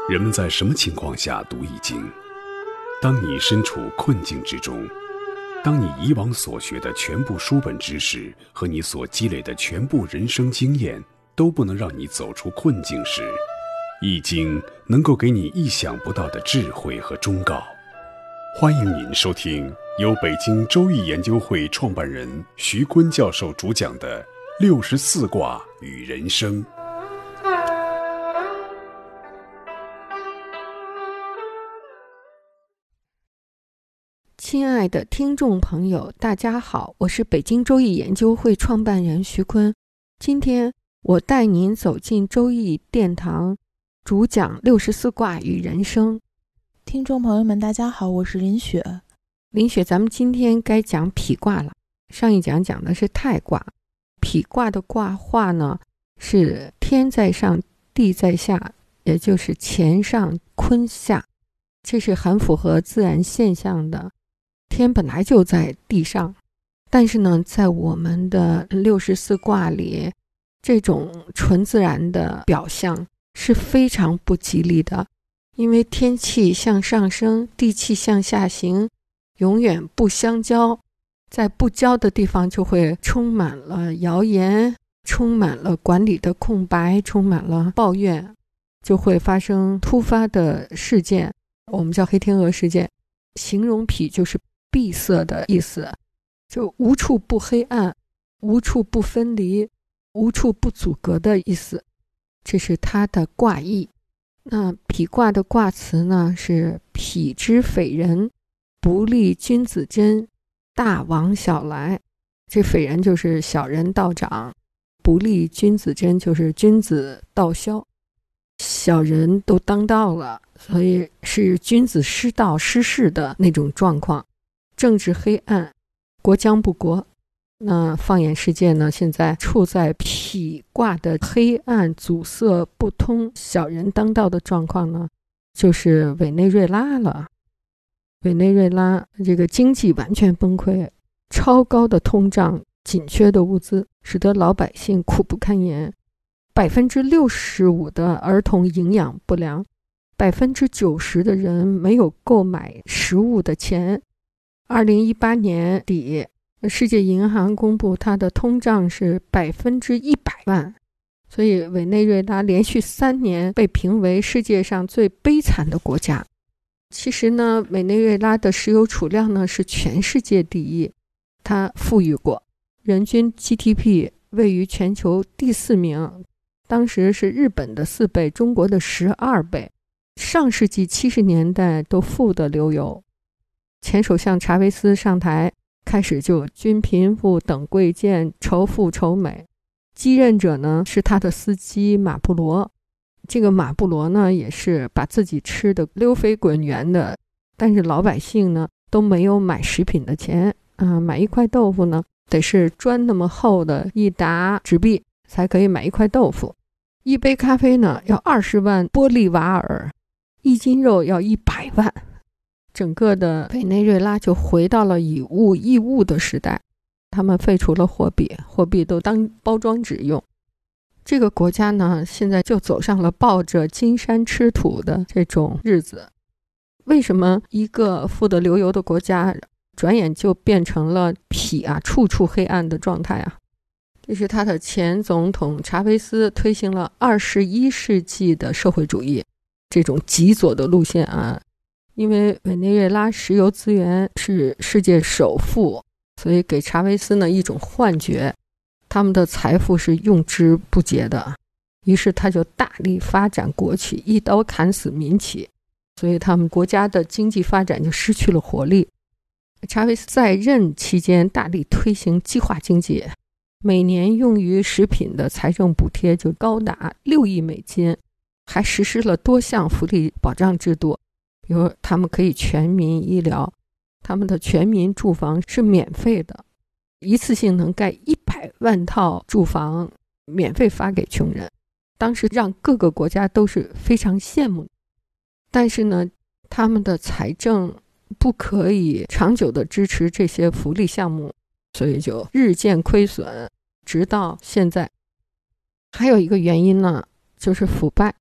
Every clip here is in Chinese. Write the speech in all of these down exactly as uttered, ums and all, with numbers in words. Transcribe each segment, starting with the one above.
人们在什么情况下读易经？当你身处困境之中，当你以往所学的全部书本知识和你所积累的全部人生经验都不能让你走出困境时，易经能够给你意想不到的智慧和忠告。欢迎您收听由北京周易研究会创办人徐坤教授主讲的六十四卦与人生。 亲爱的听众朋友，大家好，我是北京周易研究会创办人徐坤。今天我带您走进周易殿堂，主讲六十四卦与人生。 听众朋友们，大家好，我是林雪。 林雪，咱们今天该讲否卦了。上一讲讲的是太卦，否卦的卦画呢是天在上，地在下，也就是乾上坤下，这是很符合自然现象的。天本来就在地上，但是呢，在我们的六十四卦里，这种纯自然的表象是非常不吉利的，因为天气向上升，地气向下行，永远不相交，在不交的地方就会充满了谣言，充满了管理的空白，充满了抱怨，就会发生突发的事件，我们叫黑天鹅事件。形容否就是闭塞的意思，就无处不黑暗，无处不分离，无处不阻隔的意思，这是它的卦意。那否卦的卦辞呢是否之匪人，不利君子贞，大往小来。这匪人就是小人道长，不利君子贞就是君子道消，小人都当道了，所以是君子失道失势的那种状况，政治黑暗，国将不国。那放眼世界呢，现在处在否卦的黑暗阻塞不通，小人当道的状况呢，就是委内瑞拉了。委内瑞拉这个经济完全崩溃，超高的通胀，紧缺的物资，使得老百姓苦不堪言。百分之六十五的儿童营养不良，百分之九十的人没有购买食物的钱。二零一八年底，世界银行公布它的通胀是百分之一百万，所以委内瑞拉连续三年被评为世界上最悲惨的国家。其实呢，委内瑞拉的石油储量呢是全世界第一，它富裕过，人均 G D P 位于全球第四名，当时是日本的四倍，中国的十二倍。上世纪七十年代都富得流油。前首相查韦斯上台开始就均贫富等贵贱，仇富仇美。继任者呢是他的司机马布罗，这个马布罗呢也是把自己吃得溜飞滚圆的，但是老百姓呢都没有买食品的钱啊、呃，买一块豆腐呢得是砖那么厚的一沓纸币才可以买一块豆腐，一杯咖啡呢要二十万玻利瓦尔，一斤肉要一百万。整个的委内瑞拉就回到了以物易物的时代，他们废除了货币，货币都当包装纸用。这个国家呢，现在就走上了抱着金山吃土的这种日子。为什么一个富得流油的国家，转眼就变成了否啊，处处黑暗的状态啊？这是他的前总统查韦斯推行了二十一世纪的社会主义这种极左的路线啊。因为委内瑞拉石油资源是世界首富，所以给查韦斯呢一种幻觉，他们的财富是用之不竭的，于是他就大力发展国企，一刀砍死民企，所以他们国家的经济发展就失去了活力。查韦斯在任期间大力推行计划经济，每年用于食品的财政补贴就高达六亿美金，还实施了多项福利保障制度，比如他们可以全民医疗，他们的全民住房是免费的，一次性能盖一百万套住房，免费发给穷人。当时让各个国家都是非常羡慕。但是呢，他们的财政不可以长久的支持这些福利项目，所以就日渐亏损，直到现在。还有一个原因呢，就是腐败。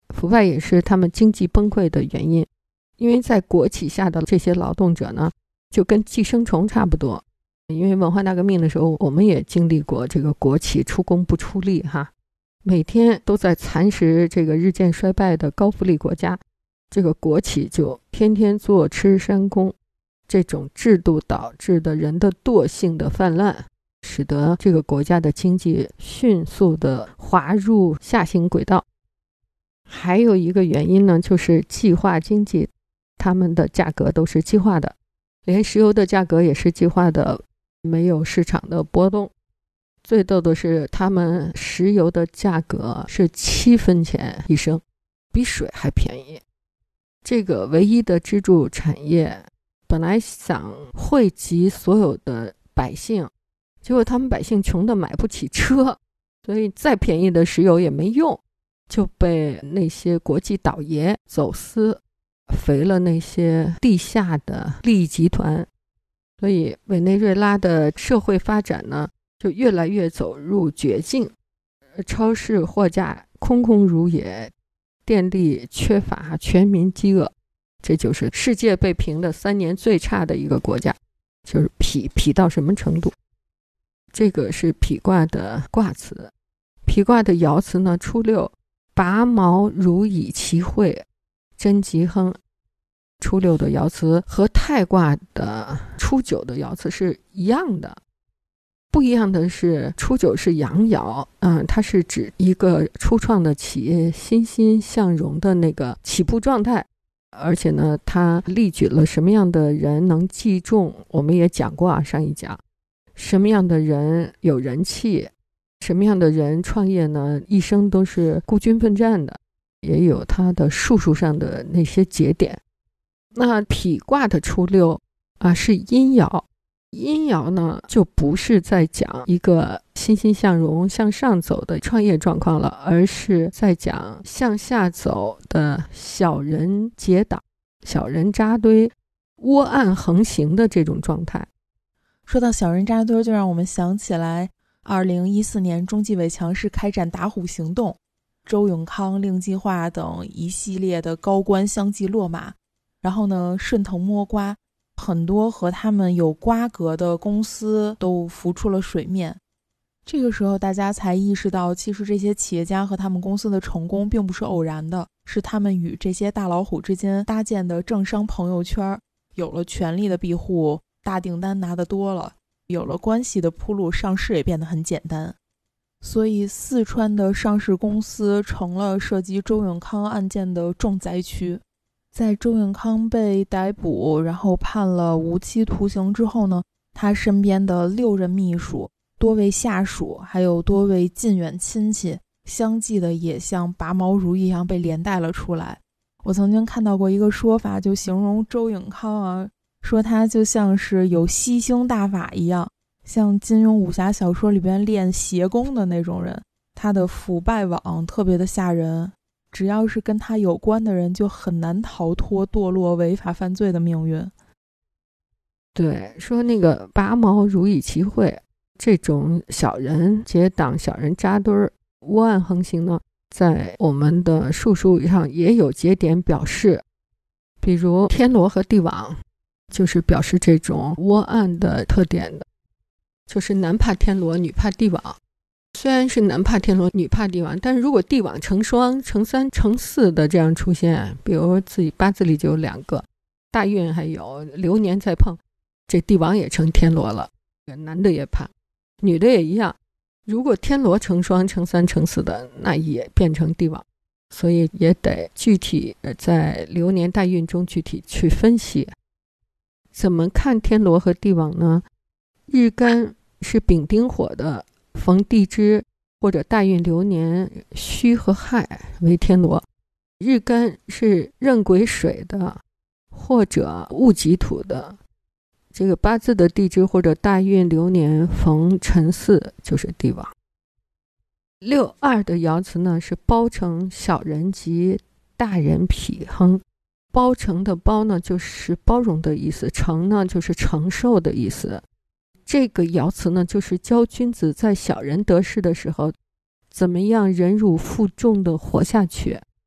腐败也是他们经济崩溃的原因。因为在国企下的这些劳动者呢，就跟寄生虫差不多。因为文化大革命的时候，我们也经历过这个国企出工不出力哈，每天都在蚕食这个日渐衰败的高福利国家，这个国企就天天坐吃山空，这种制度导致的人的惰性的泛滥，使得这个国家的经济迅速的滑入下行轨道。还有一个原因呢，就是计划经济，他们的价格都是计划的，连石油的价格也是计划的，没有市场的波动。最逗的是，他们石油的价格是七分钱一升，比水还便宜。这个唯一的支柱产业本来想惠及所有的百姓，结果他们百姓穷得买不起车，所以再便宜的石油也没用，就被那些国际倒爷走私，肥了那些地下的利益集团。所以委内瑞拉的社会发展呢，就越来越走入绝境，超市货架空空如也，电力缺乏，全民饥饿，这就是世界被评的三年最差的一个国家，就是痞痞到什么程度。这个是痞卦的卦辞。痞卦的爻辞呢，初六，拔毛如以其会，真吉亨。初六的爻辞和太卦的初九的爻辞是一样的，不一样的是初九是阳爻，嗯，它是指一个初创的企业欣欣向荣的那个起步状态，而且呢，它例举了什么样的人能记重，我们也讲过啊，上一讲什么样的人有人气，什么样的人创业呢一生都是孤军奋战的，也有它的术数上的那些节点。那痞卦的初六啊是阴爻，阴爻呢就不是在讲一个欣欣向荣向上走的创业状况了，而是在讲向下走的小人结党、小人扎堆、窝暗横行的这种状态。 说到小人扎堆，就让我们想起来二零一四年中纪委强势开展打虎行动，周永康、令计划等一系列的高官相继落马，然后呢，顺藤摸瓜，很多和他们有瓜葛的公司都浮出了水面。这个时候大家才意识到，其实这些企业家和他们公司的成功并不是偶然的，是他们与这些大老虎之间搭建的政商朋友圈，有了权力的庇护，大订单拿得多了，有了关系的铺路，上市也变得很简单。所以四川的上市公司成了涉及周永康案件的重灾区。在周永康被逮捕，然后判了无期徒刑之后呢，他身边的六任秘书、多位下属，还有多位近远亲戚，相继的也像拔毛如一样被连带了出来。我曾经看到过一个说法，就形容周永康啊，说他就像是有吸星大法一样，像金庸武侠小说里边练邪功的那种人，他的腐败网特别的吓人，只要是跟他有关的人就很难逃脱堕落违法犯罪的命运。 对，说那个拔毛如以其会，这种小人结党、小人扎堆、窝暗横行呢，在我们的术数上也有节点表示，比如天罗和地网就是表示这种窝暗的特点的，就是男怕天罗，女怕地网。虽然是男怕天罗，女怕地网，但是如果地网成双、成三、成四的这样出现，比如自己八字里就有两个，大运还有流年再碰，这地网也成天罗了，男的也怕，女的也一样。如果天罗成双、成三、成四的，那也变成地网，所以也得具体在流年大运中具体去分析。怎么看天罗和地网呢？日干是丙丁火的，逢地支或者大运流年戌和亥为天罗，日干是壬癸水的或者戊己土的，这个八字的地支或者大运流年逢辰巳就是地网。六二的爻辞呢是包成小人吉，大人痞亨。包成的包呢就是包容的意思，成呢就是承受的意思。这个爻辞呢就是教君子在小人得势的时候怎么样忍辱负重的活下去。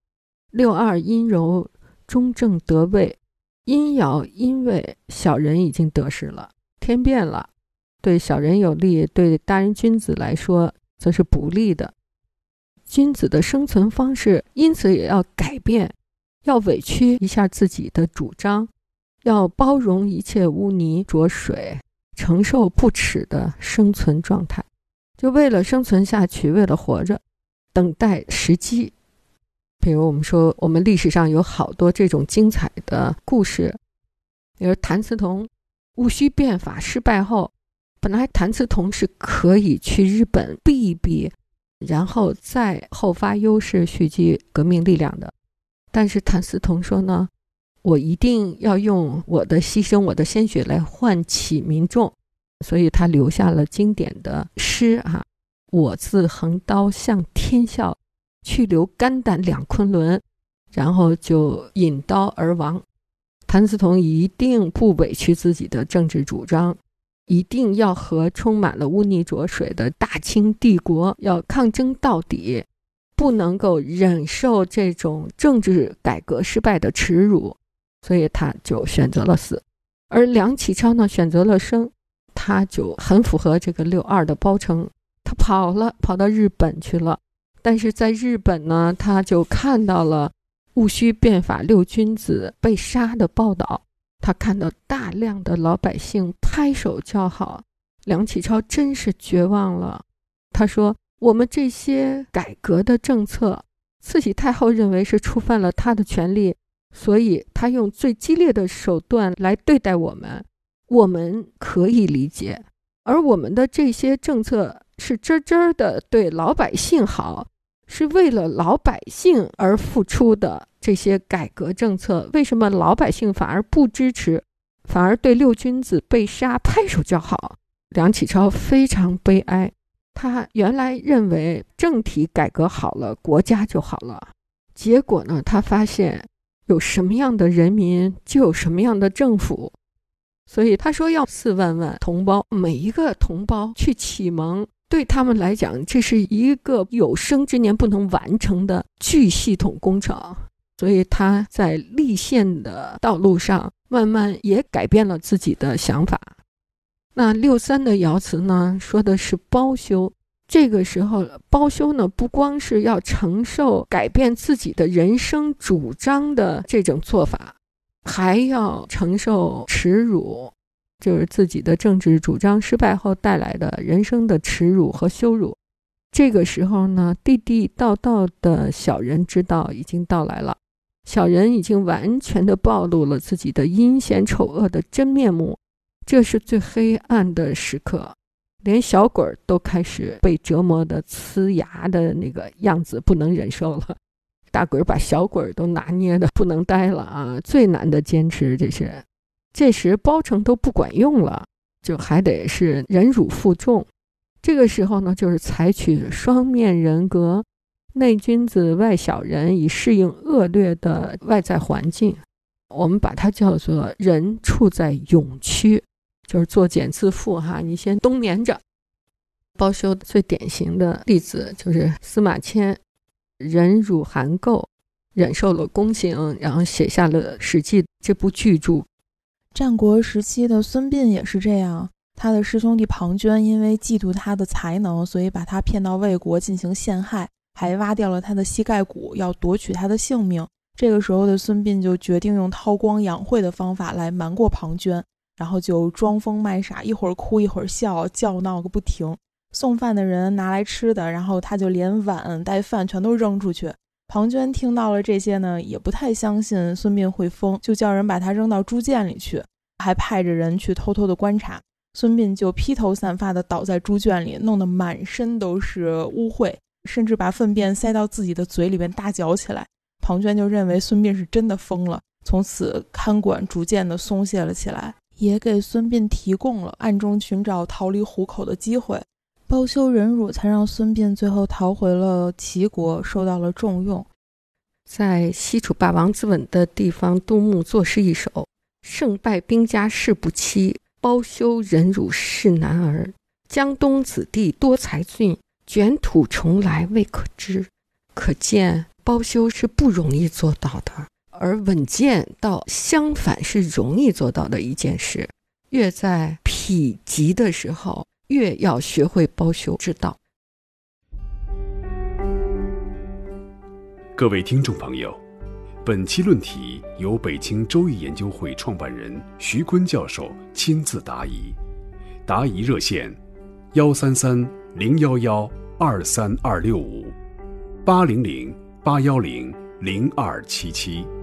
六二阴柔，中正得位，阴爻阴位，小人已经得势了，天变了，对小人有利，对大人君子来说则是不利的。君子的生存方式因此也要改变，要委屈一下自己的主张，要包容一切污泥浊水，承受不耻的生存状态，就为了生存下去，为了活着，等待时机。比如我们说，我们历史上有好多这种精彩的故事，比如谭嗣同戊戌变法失败后，本来谭嗣同是可以去日本避一避，然后再后发优势蓄积革命力量的，但是谭嗣同说呢，我一定要用我的牺牲，我的鲜血来唤起民众，所以他留下了经典的诗啊，我自横刀向天笑，去留肝胆两昆仑，然后就引刀而亡。谭嗣同一定不委屈自己的政治主张，一定要和充满了污泥浊水的大清帝国要抗争到底，不能够忍受这种政治改革失败的耻辱，所以他就选择了死。而梁启超呢，选择了生，他就很符合这个六二的包称，他跑了，跑到日本去了。但是在日本呢，他就看到了戊戌变法六君子被杀的报道，他看到大量的老百姓拍手叫好，梁启超真是绝望了。他说，我们这些改革的政策，慈禧太后认为是触犯了他的权利，所以他用最激烈的手段来对待我们，我们可以理解。而我们的这些政策是真真的对老百姓好，是为了老百姓而付出的这些改革政策，为什么老百姓反而不支持，反而对六君子被杀拍手叫好？梁启超非常悲哀，他原来认为政体改革好了，国家就好了，结果呢，他发现有什么样的人民就有什么样的政府，所以他说要四万万同胞，每一个同胞去启蒙，对他们来讲，这是一个有生之年不能完成的巨系统工程。所以他在立宪的道路上慢慢也改变了自己的想法。那六三的爻辞呢，说的是包修。这个时候包修呢，不光是要承受改变自己的人生主张的这种做法，还要承受耻辱，就是自己的政治主张失败后带来的人生的耻辱和羞辱。这个时候呢，地地道道的小人之道已经到来了，小人已经完全的暴露了自己的阴险丑恶的真面目，这是最黑暗的时刻，连小鬼都开始被折磨的呲牙的那个样子不能忍受了，大鬼把小鬼都拿捏的不能待了啊！最难的坚持，这是这时包拯都不管用了，就还得是忍辱负重。这个时候呢，就是采取双面人格，内君子外小人，以适应恶劣的外在环境。我们把它叫做人处在俑区，就是作茧自缚哈，你先冬眠着。包修最典型的例子就是司马迁忍辱含垢，忍受了宫刑，然后写下了《史记》这部巨著。 战国时期的孙膑也是这样，他的师兄弟庞涓因为嫉妒他的才能，所以把他骗到魏国进行陷害，还挖掉了他的膝盖骨，要夺取他的性命。这个时候的孙膑就决定用韬光养晦的方法来瞒过庞涓，然后就装疯卖傻，一会儿哭一会儿笑，叫闹个不停。送饭的人拿来吃的，然后他就连碗带饭全都扔出去。庞涓听到了这些呢，也不太相信孙膑会疯，就叫人把他扔到猪圈里去，还派着人去偷偷的观察。孙膑就披头散发的倒在猪圈里，弄得满身都是污秽，甚至把粪便塞到自己的嘴里边大嚼起来。庞涓就认为孙膑是真的疯了，从此看管逐渐的松懈了起来，也给孙膑提供了暗中寻找逃离虎口的机会。包修忍辱，才让孙膑最后逃回了齐国，受到了重用。 在西楚霸王自刎的地方，杜牧作诗一首：胜败兵家事不期，包修忍辱是男儿。江东子弟多才俊，卷土重来未可知。可见包修是不容易做到的，而稳健倒相反是容易做到的一件事。越在否极的时候，越要学会包修之道。 各位听众朋友，本期论题由北京周易研究会创办人徐坤教授亲自答疑，答疑热线：幺三三零幺幺二三二六五八零零八幺零零二七七。